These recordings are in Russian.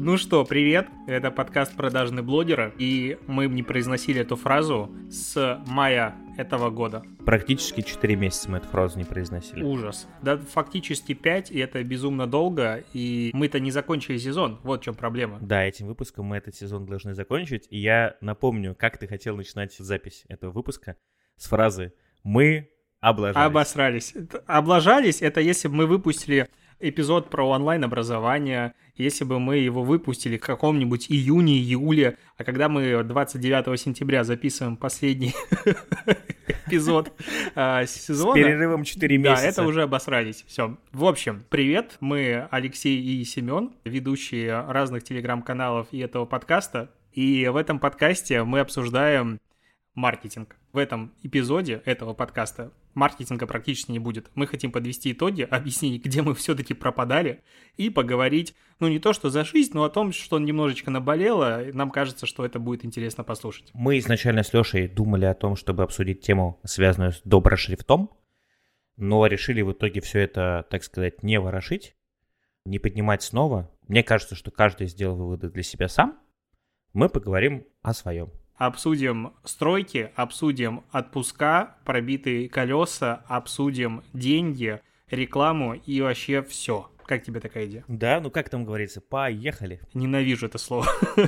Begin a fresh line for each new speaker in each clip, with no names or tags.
Ну что, привет, это подкаст «Продажные блогеры», и мы не произносили эту фразу с мая этого года.
Практически 4 месяца мы эту фразу не произносили.
Ужас. Да, фактически 5, и это безумно долго, и мы-то не закончили сезон, вот в чем проблема.
Да, этим выпуском мы этот сезон должны закончить, и я напомню, как ты хотел начинать запись этого выпуска с фразы «Мы облажались».
Обосрались. Облажались — это если бы мы выпустили эпизод про онлайн-образование, если бы мы его выпустили в каком-нибудь июне-июле, а когда мы 29 сентября записываем последний эпизод сезона...
С перерывом 4 месяца.
Да, это уже обосрались. Все. В общем, привет, мы Алексей и Семен, ведущие разных телеграм-каналов и этого подкаста, и в этом подкасте мы обсуждаем маркетинг. В этом эпизоде этого подкаста маркетинга практически не будет. Мы хотим подвести итоги, объяснить, где мы все-таки пропадали, и поговорить, ну, не то что за жизнь, но о том, что немножечко наболело. Нам кажется, что это будет интересно послушать.
Мы изначально с Лешей думали о том, чтобы обсудить тему, связанную с доброшрифтом, но решили в итоге все это, так сказать, не ворошить, не поднимать снова. Мне кажется, что каждый сделал выводы для себя сам. Мы поговорим о своем.
Обсудим стройки, обсудим отпуска, пробитые колеса, обсудим деньги, рекламу и вообще все. Как тебе такая идея?
Да, ну как там говорится, поехали.
Ненавижу это слово.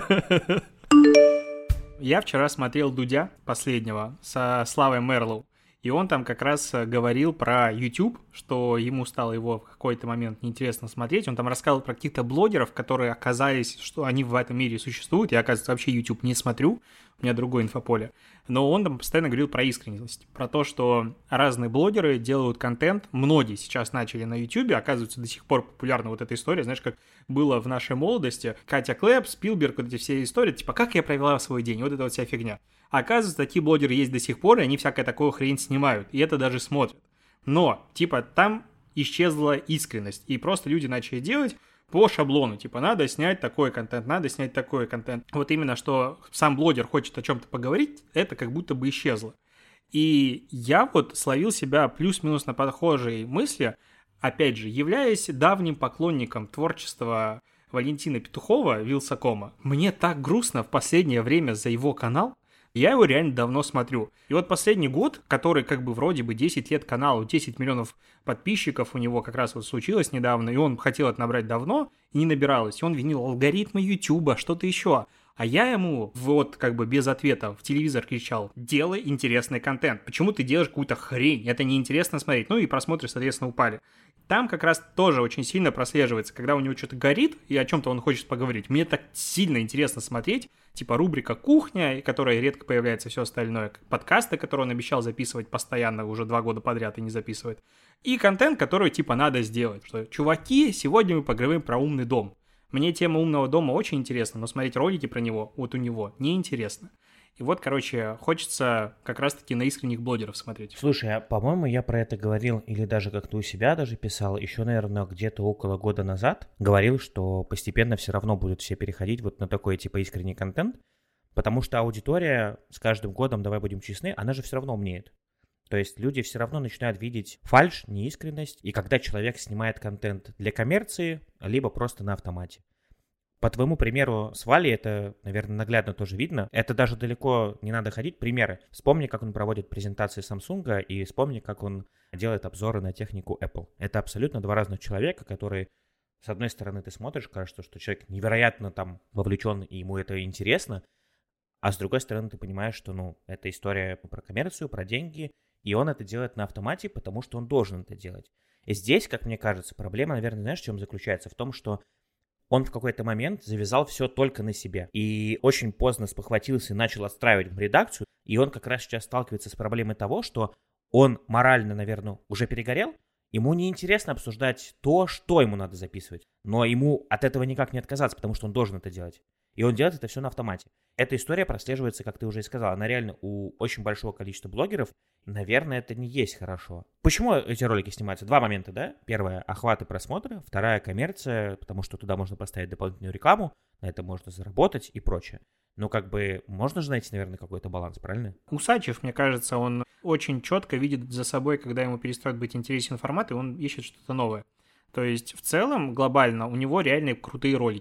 Я вчера смотрел Дудя последнего со Славой Мерлоу, и он там как раз говорил про YouTube, что ему стало его в какой-то момент неинтересно смотреть. Он там рассказывал про каких-то блогеров, которые оказались, что они в этом мире существуют. Я, оказывается, вообще YouTube не смотрю, у меня другое инфополе. Но он там постоянно говорил про искренность, про то, что разные блогеры делают контент. Многие сейчас начали на YouTube, оказывается, до сих пор популярна вот эта история, знаешь, как было в нашей молодости. Катя Клэп, Спилберг, вот эти все истории, типа, как я провела свой день, вот эта вот вся фигня. Оказывается, такие блогеры есть до сих пор, и они всякое такое хрень снимают, и это даже смотрят. Но, типа, там исчезла искренность, и просто люди начали делать по шаблону, типа, надо снять такой контент, надо снять такой контент. Вот именно, что сам блогер хочет о чем-то поговорить, это как будто бы исчезло. И я вот словил себя плюс-минус на похожие мысли, опять же, являясь давним поклонником творчества Валентина Петухова, Вилсакома. Мне так грустно в последнее время за его канал. Я его реально давно смотрю. И вот последний год, который как бы вроде бы 10 лет каналу, 10 миллионов подписчиков у него как раз вот случилось недавно, и он хотел это набрать давно, и не набиралось. И он винил алгоритмы Ютуба, что-то еще. А я ему вот как бы без ответа в телевизор кричал: делай интересный контент. Почему ты делаешь какую-то хрень? Это неинтересно смотреть. Ну и просмотры, соответственно, упали. Там как раз тоже очень сильно прослеживается, когда у него что-то горит и о чем-то он хочет поговорить. Мне так сильно интересно смотреть, типа рубрика «Кухня», которая редко появляется, все остальное, подкасты, которые он обещал записывать постоянно уже 2 года подряд и не записывает, и контент, который типа надо сделать, что чуваки, сегодня мы поговорим про умный дом. Мне тема умного дома очень интересна, но смотреть ролики про него, вот у него, неинтересно. И вот, короче, хочется как раз-таки на искренних блогеров смотреть.
Слушай, а по-моему, я про это говорил, или даже как-то у себя даже писал, еще, наверное, где-то около года назад, говорил, что постепенно все равно будут все переходить вот на такой, типа, искренний контент, потому что аудитория с каждым годом, давай будем честны, она же все равно умнеет. То есть люди все равно начинают видеть фальшь, неискренность, и когда человек снимает контент для коммерции, либо просто на автомате. По твоему примеру с Валей это, наверное, наглядно тоже видно. Это даже далеко не надо ходить. Примеры. Вспомни, как он проводит презентации Samsung, и вспомни, как он делает обзоры на технику Apple. Это абсолютно два разных человека, которые, с одной стороны, ты смотришь, кажется, что человек невероятно там вовлечен, и ему это интересно, а с другой стороны, ты понимаешь, что, ну, это история про коммерцию, про деньги, и он это делает на автомате, потому что он должен это делать. И здесь, как мне кажется, проблема, наверное, знаешь, в чем заключается? В том, что он в какой-то момент завязал все только на себе. И очень поздно спохватился и начал отстраивать редакцию. И он как раз сейчас сталкивается с проблемой того, что он морально, наверное, уже перегорел. Ему неинтересно обсуждать то, что ему надо записывать. Но ему от этого никак не отказаться, потому что он должен это делать. И он делает это все на автомате. Эта история прослеживается, как ты уже и сказал, она реально у очень большого количества блогеров. Наверное, это не есть хорошо. Почему эти ролики снимаются? 2 момента, да? Первое — охват и просмотры. Вторая — коммерция, потому что туда можно поставить дополнительную рекламу, на это можно заработать и прочее. Ну, как бы, можно же найти, наверное, какой-то баланс, правильно?
Усачев, мне кажется, он очень четко видит за собой, когда ему перестает быть интересен формат, и он ищет что-то новое. То есть, в целом, глобально, у него реально крутые ролики.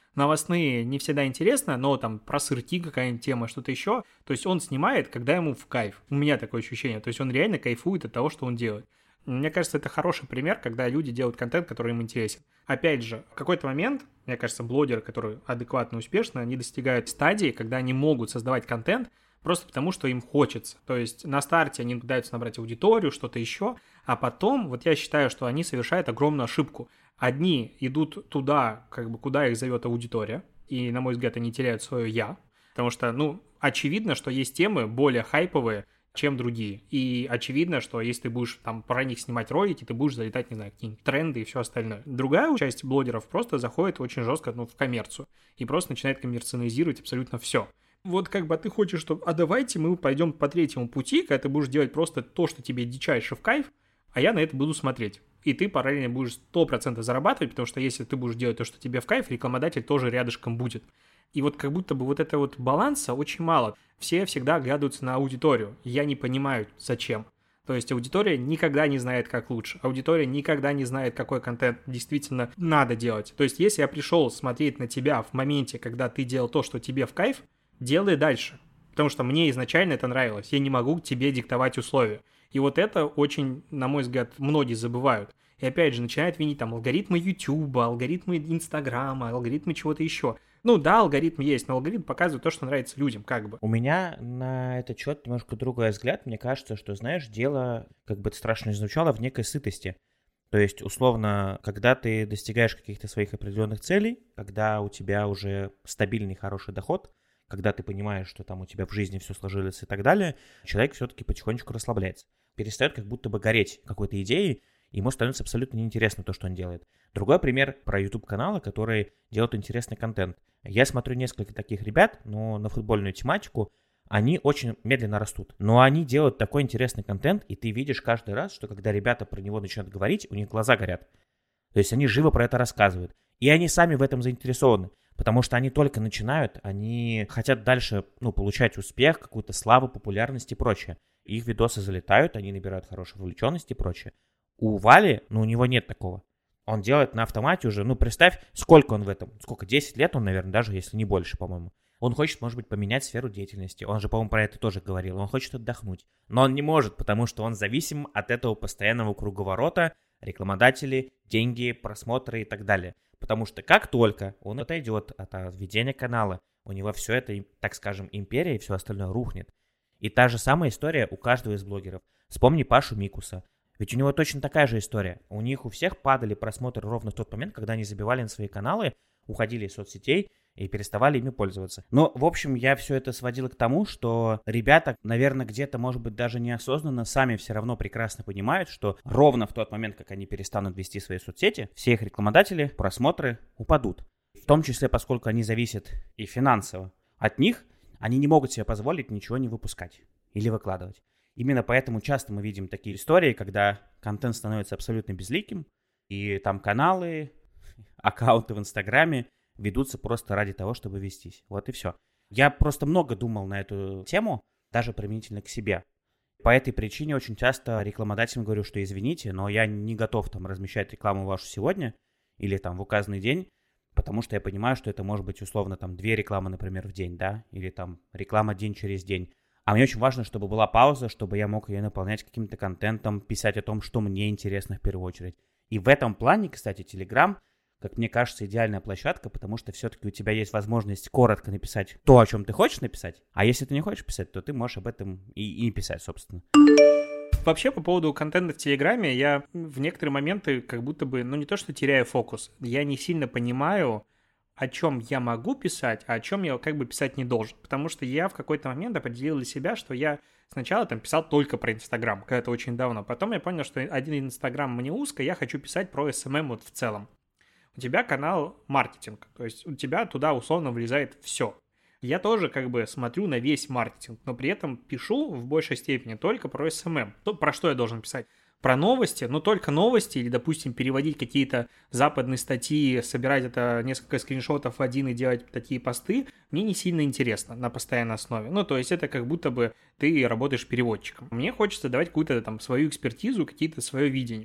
новостные не всегда интересно, но там про сырки какая-нибудь тема, что-то еще. То есть он снимает, когда ему в кайф. У меня такое ощущение. То есть он реально кайфует от того, что он делает. Мне кажется, это хороший пример, когда люди делают контент, который им интересен. Опять же, в какой-то момент, мне кажется, блогеры, которые адекватно успешны, они достигают стадии, когда они могут создавать контент просто потому, что им хочется. То есть на старте они пытаются набрать аудиторию, что-то еще, а потом, вот я считаю, что они совершают огромную ошибку. Одни идут туда, как бы, куда их зовет аудитория, и, на мой взгляд, они теряют свое «я», потому что, очевидно, что есть темы более хайповые, чем другие. И очевидно, что если ты будешь там про них снимать ролики, ты будешь залетать, не знаю, какие-нибудь тренды и все остальное. Другая часть блогеров просто заходит очень жестко, в коммерцию и просто начинает коммерциализировать абсолютно все. Вот как бы ты хочешь, что, давайте мы пойдем по третьему пути, когда ты будешь делать просто то, что тебе дичайше в кайф, а я на это буду смотреть. И ты параллельно будешь 100% зарабатывать, потому что если ты будешь делать то, что тебе в кайф, рекламодатель тоже рядышком будет. И вот как будто бы вот этого вот баланса очень мало. Все всегда оглядываются на аудиторию. Я не понимаю, зачем. То есть аудитория никогда не знает, как лучше. Аудитория никогда не знает, какой контент действительно надо делать. То есть если я пришел смотреть на тебя в моменте, когда ты делал то, что тебе в кайф, делай дальше. Потому что мне изначально это нравилось. Я не могу тебе диктовать условия. И вот это очень, на мой взгляд, многие забывают. И опять же, начинают винить там алгоритмы YouTube, алгоритмы Инстаграма, алгоритмы чего-то еще. Да, алгоритм есть, но алгоритм показывает то, что нравится людям, как бы.
У меня на этот счет немножко другой взгляд. Мне кажется, что, знаешь, дело, как бы это страшно не звучало, в некой сытости. То есть, условно, когда ты достигаешь каких-то своих определенных целей, когда у тебя уже стабильный хороший доход, когда ты понимаешь, что там у тебя в жизни все сложилось и так далее, человек все-таки потихонечку расслабляется. Перестает как будто бы гореть какой-то идеей, и ему становится абсолютно неинтересно то, что он делает. Другой пример про YouTube-каналы, которые делают интересный контент. Я смотрю несколько таких ребят, но на футбольную тематику, они очень медленно растут. Но они делают такой интересный контент, и ты видишь каждый раз, что когда ребята про него начинают говорить, у них глаза горят. То есть они живо про это рассказывают. И они сами в этом заинтересованы, потому что они только начинают, они хотят дальше, получать успех, какую-то славу, популярность и прочее. Их видосы залетают, они набирают хорошую вовлеченность и прочее. У Вали, у него нет такого. Он делает на автомате уже, представь, сколько он в этом, 10 лет он, наверное, даже если не больше, по-моему. Он хочет, может быть, поменять сферу деятельности, он же, по-моему, про это тоже говорил, он хочет отдохнуть. Но он не может, потому что он зависим от этого постоянного круговорота, рекламодатели, деньги, просмотры и так далее. Потому что как только он отойдет от ведения канала, у него все это, так скажем, империя и все остальное рухнет. И та же самая история у каждого из блогеров. Вспомни Пашу Микуса. Ведь у него точно такая же история. У них у всех падали просмотры ровно в тот момент, когда они забивали на свои каналы, уходили из соцсетей и переставали ими пользоваться. Но, в общем, я все это сводил к тому, что ребята, наверное, где-то, может быть, даже неосознанно сами все равно прекрасно понимают, что ровно в тот момент, как они перестанут вести свои соцсети, все их рекламодатели, просмотры упадут. В том числе, поскольку они зависят и финансово от них, они не могут себе позволить ничего не выпускать или выкладывать. Именно поэтому часто мы видим такие истории, когда контент становится абсолютно безликим, и там каналы, аккаунты в Инстаграме ведутся просто ради того, чтобы вестись. Вот и все. Я просто много думал на эту тему, даже применительно к себе. По этой причине очень часто рекламодателям говорю, что извините, но я не готов там размещать рекламу вашу сегодня или там в указанный день, потому что я понимаю, что это может быть условно там 2 рекламы, например, в день, да, или там реклама день через день. А мне очень важно, чтобы была пауза, чтобы я мог ее наполнять каким-то контентом, писать о том, что мне интересно в первую очередь. И в этом плане, кстати, Telegram, как мне кажется, идеальная площадка, потому что все-таки у тебя есть возможность коротко написать то, о чем ты хочешь написать. А если ты не хочешь писать, то ты можешь об этом и не писать, собственно.
Вообще, по поводу контента в Телеграме, я в некоторые моменты как будто бы, не то что теряю фокус, я не сильно понимаю, о чем я могу писать, а о чем я как бы писать не должен. Потому что я в какой-то момент определил для себя, что я сначала там писал только про Инстаграм, когда-то очень давно. Потом я понял, что один Инстаграм мне узко, я хочу писать про СММ вот в целом. У тебя канал маркетинг, то есть у тебя туда условно влезает все. Я тоже как бы смотрю на весь маркетинг, но при этом пишу в большей степени только про СММ. Про что я должен писать? Про новости, но только новости, или, допустим, переводить какие-то западные статьи, собирать это несколько скриншотов в один и делать такие посты, мне не сильно интересно на постоянной основе. То есть это как будто бы ты работаешь переводчиком. Мне хочется давать какую-то там свою экспертизу, какие-то свое видение.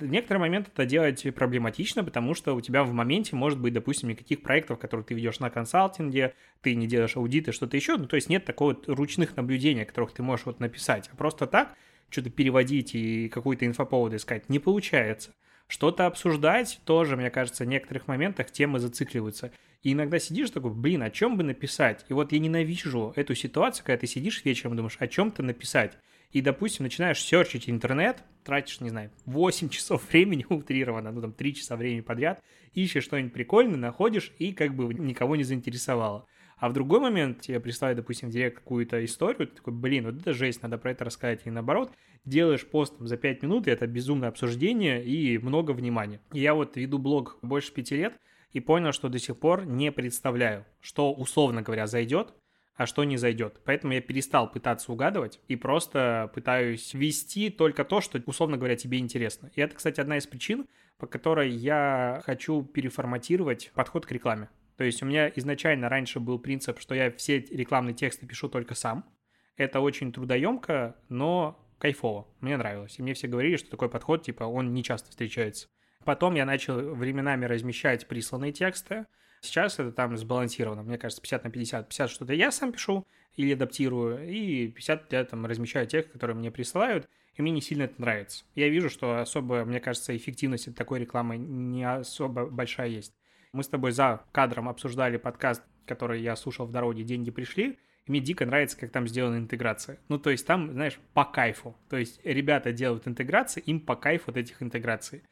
В некоторые моменты это делать проблематично, потому что у тебя в моменте может быть, допустим, никаких проектов, которые ты ведешь на консалтинге, ты не делаешь аудиты, что-то еще, ну, то есть нет такого вот ручных наблюдений, которых ты можешь вот написать, а просто так что-то переводить и какую-то инфоповод искать не получается. Что-то обсуждать тоже, мне кажется, в некоторых моментах темы зацикливаются. И иногда сидишь такой, блин, о чем бы написать? И вот я ненавижу эту ситуацию, когда ты сидишь вечером и думаешь, о чем-то написать. И, допустим, начинаешь серчить интернет, тратишь, не знаю, 8 часов времени утрированно, ну там 3 часа времени подряд, ищешь что-нибудь прикольное, находишь и как бы никого не заинтересовало. А в другой момент тебе присылают, допустим, в директ какую-то историю, ты такой, блин, вот это жесть, надо про это рассказать. И наоборот, делаешь пост за 5 минут, и это безумное обсуждение и много внимания. И я вот веду блог больше 5 лет и понял, что до сих пор не представляю, что, условно говоря, зайдет, а что не зайдет. Поэтому я перестал пытаться угадывать и просто пытаюсь вести только то, что, условно говоря, тебе интересно. И это, кстати, одна из причин, по которой я хочу переформатировать подход к рекламе. То есть у меня изначально раньше был принцип, что я все рекламные тексты пишу только сам. Это очень трудоемко, но кайфово. Мне нравилось. И мне все говорили, что такой подход, типа, он не часто встречается. Потом я начал временами размещать присланные тексты. Сейчас это там сбалансировано, мне кажется, 50 на 50. 50 что-то я сам пишу или адаптирую, и 50 я там размещаю тех, которые мне присылают, и мне не сильно это нравится. Я вижу, что особо, мне кажется, эффективность от такой рекламы не особо большая есть. Мы с тобой за кадром обсуждали подкаст, который я слушал в дороге «Деньги пришли», и мне дико нравится, как там сделана интеграция. Ну, то есть там, знаешь, по кайфу. То есть ребята делают интеграции, им по кайфу от этих интеграций.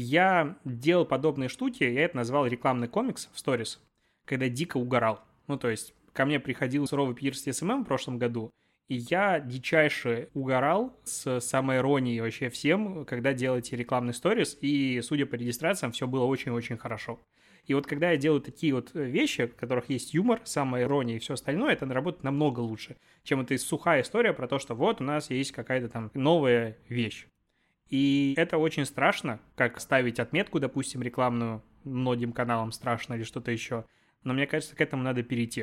Я делал подобные штуки, я это назвал рекламный комикс в сторис, когда дико угорал. Ну, то есть ко мне приходил суровый Пирс СММ в прошлом году, и я дичайше угорал с самоиронией вообще всем, когда делаете рекламный сторис, и, судя по регистрациям, все было очень-очень хорошо. И вот когда я делаю такие вот вещи, в которых есть юмор, самоирония и все остальное, это работает намного лучше, чем эта сухая история про то, что вот у нас есть какая-то там новая вещь. И это очень страшно, как ставить отметку, допустим, рекламную, многим каналам страшно или что-то еще. Но мне кажется, к этому надо перейти.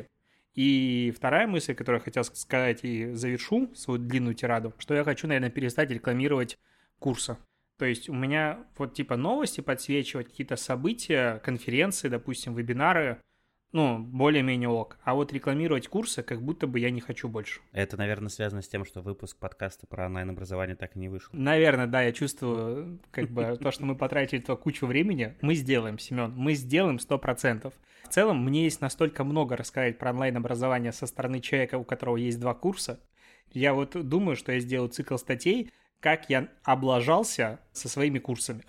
И вторая мысль, которую я хотел сказать и завершу свою длинную тираду, что я хочу, наверное, перестать рекламировать курсы. То есть у меня вот типа новости подсвечивать, какие-то события, конференции, допустим, вебинары, ну, более-менее ок. А вот рекламировать курсы, как будто бы я не хочу больше.
Это, наверное, связано с тем, что выпуск подкаста про онлайн-образование так и не вышел.
Наверное, да, я чувствую, как бы, то, что мы потратили туда кучу времени, мы сделаем, Семен, мы сделаем 100%. В целом, мне есть настолько много рассказать про онлайн-образование со стороны человека, у которого есть 2 курса. Я вот думаю, что я сделаю цикл статей, как я облажался со своими курсами.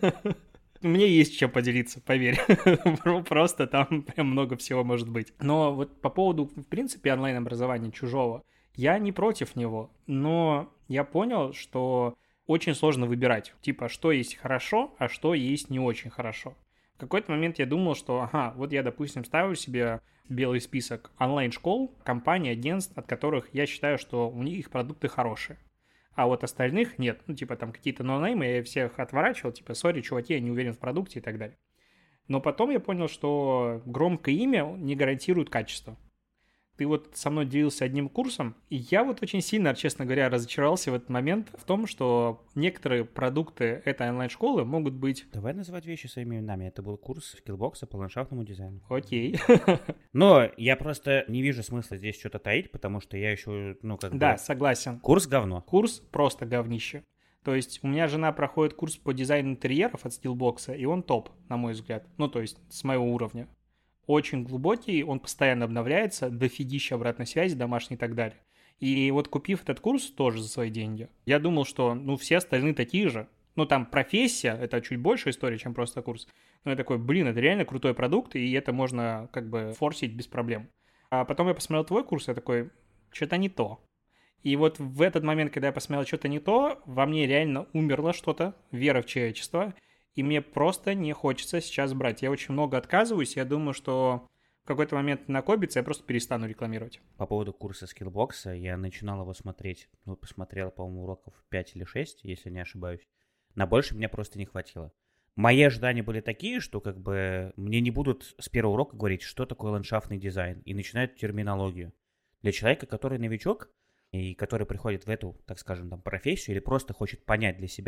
Мне есть чем поделиться, поверь. Просто там прям много всего может быть. Но вот по поводу, в принципе, онлайн-образования чужого, я не против него, но я понял, что очень сложно выбирать, типа, что есть хорошо, а что есть не очень хорошо. В какой-то момент я думал, что, ага, вот я, допустим, ставлю себе белый список онлайн-школ, компаний, агентств, от которых я считаю, что у них продукты хорошие. А вот остальных нет. Ну, типа, там какие-то ноунеймы, я всех отворачивал, типа, сори, чуваки, я не уверен в продукте и так далее. Но потом я понял, что громкое имя не гарантирует качество. Ты вот со мной делился одним курсом, и я вот очень сильно, честно говоря, разочаровался в этот момент в том, что некоторые продукты этой онлайн-школы могут быть...
Давай называть вещи своими именами. Это был курс Skillbox по ландшафтному дизайну.
Окей.
Но я просто не вижу смысла здесь что-то таить, потому что я еще, ну, как бы...
Да, согласен.
Курс говно.
Курс просто говнище. То есть у меня жена проходит курс по дизайну интерьеров от Skillbox, и он топ, на мой взгляд. Ну, то есть с моего уровня. Очень глубокий, он постоянно обновляется, дофигища обратной связи, домашней и так далее. И вот купив этот курс тоже за свои деньги, я думал, что, ну, все остальные такие же. Ну, там профессия, это чуть больше история, чем просто курс. Но я такой, блин, это реально крутой продукт, и это можно как бы форсить без проблем. А потом я посмотрел твой курс, я такой, что-то не то. И вот в этот момент, когда я посмотрел что-то не то, во мне реально умерло что-то, вера в человечество, и мне просто не хочется сейчас брать. Я очень много отказываюсь, я думаю, что в какой-то момент накопится, я просто перестану рекламировать.
По поводу курса Skillbox, я начинал его смотреть, ну, посмотрел, по-моему, уроков 5 или 6, если не ошибаюсь. На больше меня просто не хватило. Мои ожидания были такие, что как бы мне не будут с первого урока говорить, что такое ландшафтный дизайн, и начинают терминологию. Для человека, который новичок, и который приходит в эту, так скажем, там, профессию, или просто хочет понять для себя,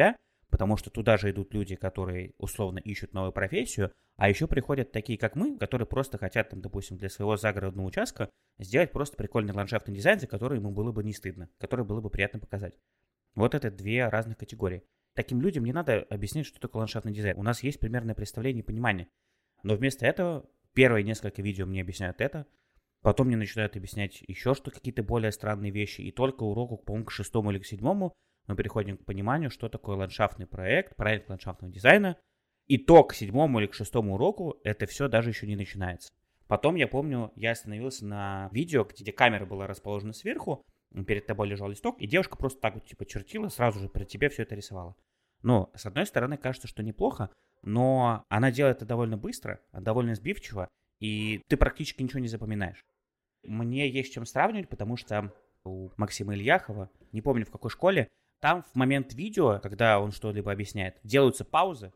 потому что туда же идут люди, которые условно ищут новую профессию, а еще приходят такие, как мы, которые просто хотят, там, допустим, для своего загородного участка сделать просто прикольный ландшафтный дизайн, за который ему было бы не стыдно, который было бы приятно показать. Вот это две разных категории. Таким людям не надо объяснять, что такое ландшафтный дизайн. У нас есть примерное представление и понимание. Но вместо этого первые несколько видео мне объясняют это, потом мне начинают объяснять еще что какие-то более странные вещи, и только уроку, по-моему, к 6 или к 7 мы переходим к пониманию, что такое ландшафтный проект ландшафтного дизайна, и то к 7 или к 6 уроку это все даже еще не начинается. Потом, я помню, я остановился на видео, где камера была расположена сверху, перед тобой лежал листок, и девушка просто так вот типа чертила, сразу же при тебе все это рисовала. Но, с одной стороны, кажется, что неплохо, но она делает это довольно быстро, довольно сбивчиво, и ты практически ничего не запоминаешь. Мне есть чем сравнивать, потому что у Максима Ильяхова, не помню в какой школе, там в момент видео, когда он что-либо объясняет, делаются паузы,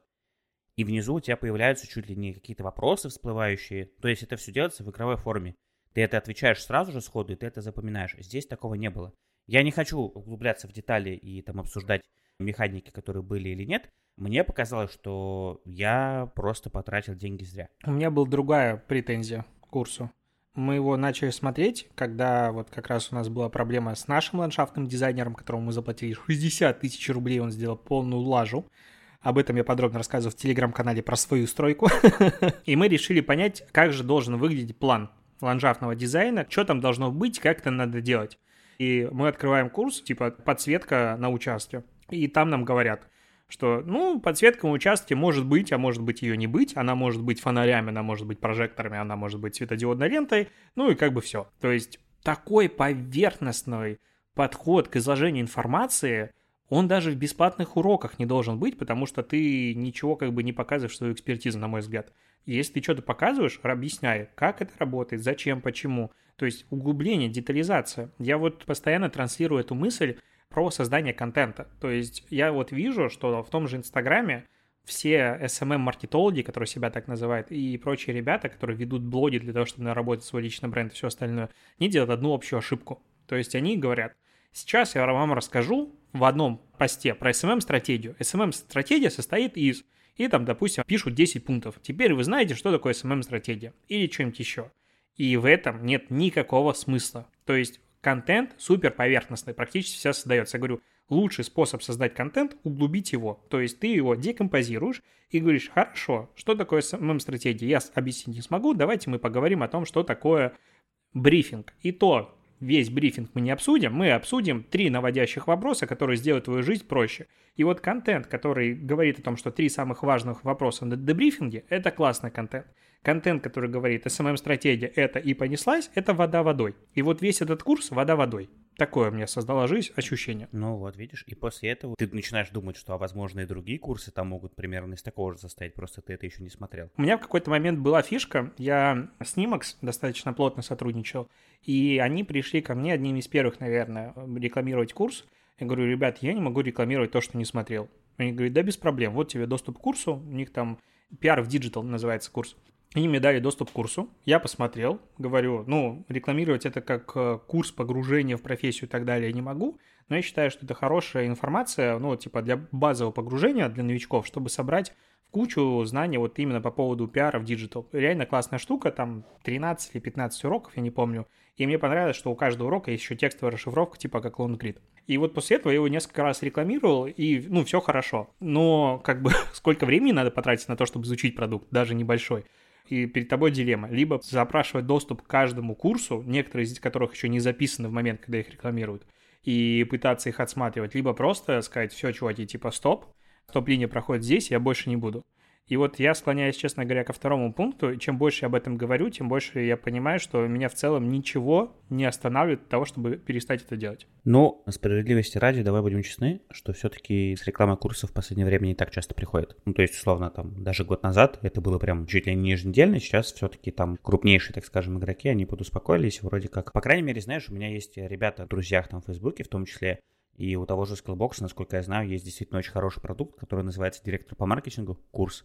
и внизу у тебя появляются чуть ли не какие-то вопросы всплывающие. То есть это все делается в игровой форме. Ты это отвечаешь сразу же сходу, и ты это запоминаешь. Здесь такого не было. Я не хочу углубляться в детали и там обсуждать механики, которые были или нет. Мне показалось, что я просто потратил деньги зря.
У меня была другая претензия к курсу. Мы его начали смотреть, когда вот как раз у нас была проблема с нашим ландшафтным дизайнером, которому мы заплатили 60 тысяч рублей, он сделал полную лажу. Об этом я подробно рассказываю в телеграм-канале про свою стройку. И мы решили понять, как же должен выглядеть план ландшафтного дизайна, что там должно быть, как это надо делать. И мы открываем курс, типа подсветка на участке. И там нам говорят, что, подсветка на участке может быть, а может быть ее не быть. Она может быть фонарями, она может быть прожекторами, она может быть светодиодной лентой. И как бы все. То есть такой поверхностный подход к изложению информации, он даже в бесплатных уроках не должен быть, потому что ты ничего как бы не показываешь свою экспертизу, на мой взгляд. Если ты что-то показываешь, объясняй, как это работает, зачем, почему. То есть углубление, детализация. Я вот постоянно транслирую эту мысль про создание контента. То есть я вот вижу, что в том же Инстаграме все SMM-маркетологи, которые себя так называют, и прочие ребята, которые ведут блоги для того, чтобы наработать свой личный бренд и все остальное, они делают одну общую ошибку. То есть они говорят: сейчас я вам расскажу в одном посте про SMM-стратегию. SMM-стратегия состоит из... И там, допустим, пишут 10 пунктов. Теперь вы знаете, что такое SMM-стратегия. Или что-нибудь еще. И в этом нет никакого смысла. То есть контент супер поверхностный, практически все создается. Я говорю, лучший способ создать контент – углубить его. То есть ты его декомпозируешь и говоришь: хорошо, что такое SMM-стратегия? Я объяснить не смогу, давайте мы поговорим о том, что такое брифинг. И то весь брифинг мы не обсудим, мы обсудим 3 наводящих вопроса, которые сделают твою жизнь проще. И вот контент, который говорит о том, что 3 самых важных вопроса на дебрифинге, это классный контент. Контент, который говорит SMM-стратегия, это и понеслась, это вода водой. И вот весь этот курс вода водой. Такое мне создала жизнь ощущение.
Ну вот, видишь, и после этого ты начинаешь думать, что, возможно, и другие курсы там могут примерно из такого же состоять, просто ты это еще не смотрел.
У меня в какой-то момент была фишка, я с Nimax достаточно плотно сотрудничал, и они пришли ко мне одними из первых, наверное, рекламировать курс. Я говорю: ребят, я не могу рекламировать то, что не смотрел. Они говорят: да без проблем, вот тебе доступ к курсу, у них там PR в Digital называется курс. Они мне дали доступ к курсу, я посмотрел, говорю, рекламировать это как курс погружения в профессию и так далее не могу, но я считаю, что это хорошая информация, для базового погружения для новичков, чтобы собрать в кучу знаний вот именно по поводу пиара в диджитал. Реально классная штука, там 13 или 15 уроков, я не помню, и мне понравилось, что у каждого урока есть еще текстовая расшифровка, типа как лонгрид. И вот после этого я его несколько раз рекламировал, и, все хорошо. Но, сколько времени надо потратить на то, чтобы изучить продукт, даже небольшой. И перед тобой дилемма. Либо запрашивать доступ к каждому курсу, некоторые из которых еще не записаны в момент, когда их рекламируют, и пытаться их отсматривать, либо просто сказать: все, чуваки, стоп-линия проходит здесь, я больше не буду. И вот я склоняюсь, честно говоря, ко второму пункту. Чем больше я об этом говорю, тем больше я понимаю, что меня в целом ничего не останавливает от того, чтобы перестать это делать.
Справедливости ради, давай будем честны, что все-таки с рекламой курсов в последнее время не так часто приходит. То есть, условно, там, даже год назад это было прям чуть ли не еженедельно, сейчас все-таки там крупнейшие, так скажем, игроки, они подуспокоились, вроде как. По крайней мере, знаешь, у меня есть ребята в друзьях там в Фейсбуке в том числе, и у того же Skillbox, насколько я знаю, есть действительно очень хороший продукт, который называется «Директор по маркетингу», курс.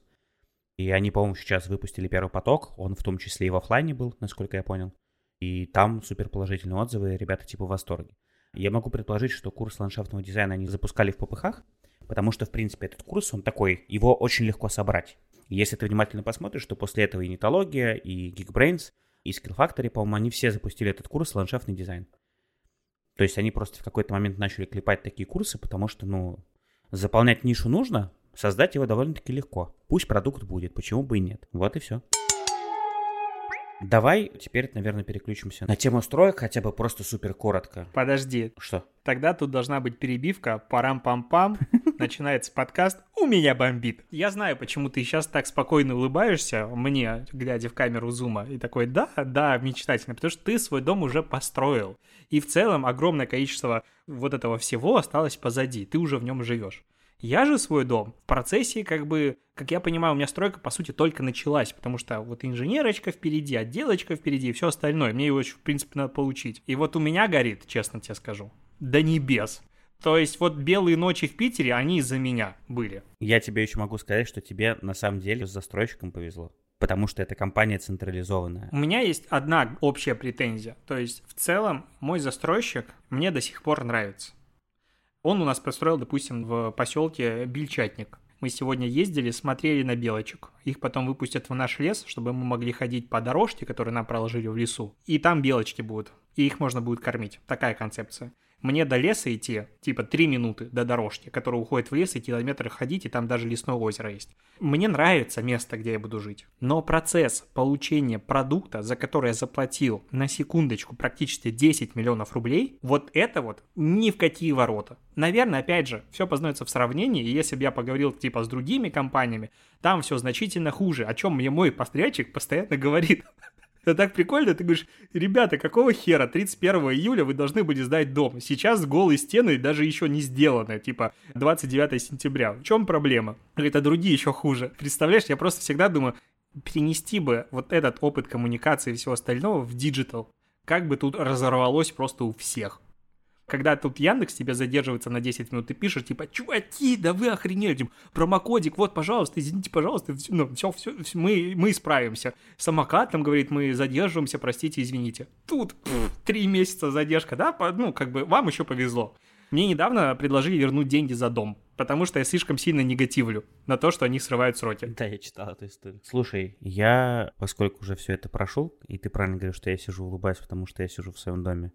И они, по-моему, сейчас выпустили первый поток, он в том числе и в офлайне был, насколько я понял. И там супер положительные отзывы, ребята в восторге. Я могу предположить, что курс ландшафтного дизайна они запускали в ППХ, Потому что, в принципе, этот курс, он такой, его очень легко собрать. И если ты внимательно посмотришь, то после этого и Нетология, и Geekbrains, и Skill Factory, по-моему, они все запустили этот курс «Ландшафтный дизайн». То есть они просто в какой-то момент начали клепать такие курсы, потому что, заполнять нишу нужно, создать его довольно-таки легко. Пусть продукт будет, почему бы и нет. Вот и все. Давай теперь, наверное, переключимся на тему строек, хотя бы просто супер коротко.
Подожди.
Что?
Тогда тут должна быть перебивка. Парам-пам-пам. Начинается подкаст «У меня бомбит». Я знаю, почему ты сейчас так спокойно улыбаешься мне, глядя в камеру зума, и такой да, мечтательно, потому что ты свой дом уже построил. И в целом огромное количество вот этого всего осталось позади. Ты уже в нем живешь. Я же свой дом в процессе, как я понимаю, у меня стройка, по сути, только началась, потому что вот инженерочка впереди, отделочка впереди и все остальное. Мне его еще, в принципе, надо получить. И вот у меня горит, честно тебе скажу, до небес. То есть вот белые ночи в Питере, они из-за меня были.
Я тебе еще могу сказать, что тебе на самом деле с застройщиком повезло. Потому что эта компания централизованная.
У меня есть одна общая претензия. То есть в целом мой застройщик мне до сих пор нравится. Он у нас построил, допустим, в поселке Бельчатник. Мы сегодня ездили, смотрели на белочек. Их потом выпустят в наш лес, чтобы мы могли ходить по дорожке, которую нам проложили в лесу. И там белочки будут. И их можно будет кормить. Такая концепция. Мне до леса идти, 3 минуты до дорожки, которая уходит в лес, и километры ходить, и там даже лесное озеро есть. Мне нравится место, где я буду жить. Но процесс получения продукта, за который я заплатил, на секундочку, практически 10 миллионов рублей, вот это вот ни в какие ворота. Наверное, опять же, все познается в сравнении, и если бы я поговорил с другими компаниями, там все значительно хуже, о чем мне мой подрядчик постоянно говорит. Это так прикольно, ты говоришь, ребята, какого хера, 31 июля вы должны будете сдать дом. Сейчас голые стены даже еще не сделаны, 29 сентября. В чем проблема? Это другие еще хуже. Представляешь, я просто всегда думаю, перенести бы вот этот опыт коммуникации и всего остального в диджитал. Как бы тут разорвалось просто у всех. Когда тут Яндекс тебе задерживается на 10 минут, ты пишешь, чуваки, да вы охренели, промокодик, вот, пожалуйста, извините, пожалуйста, все, мы исправимся. Самокат там говорит, мы задерживаемся, простите, извините. Тут 3 месяца задержка, да, вам еще повезло. Мне недавно предложили вернуть деньги за дом, потому что я слишком сильно негативлю на то, что они срывают сроки.
Да, я читал эту историю. Слушай, я, поскольку уже все это прошел, и ты правильно говоришь, что я сижу улыбаюсь, потому что я сижу в своем доме,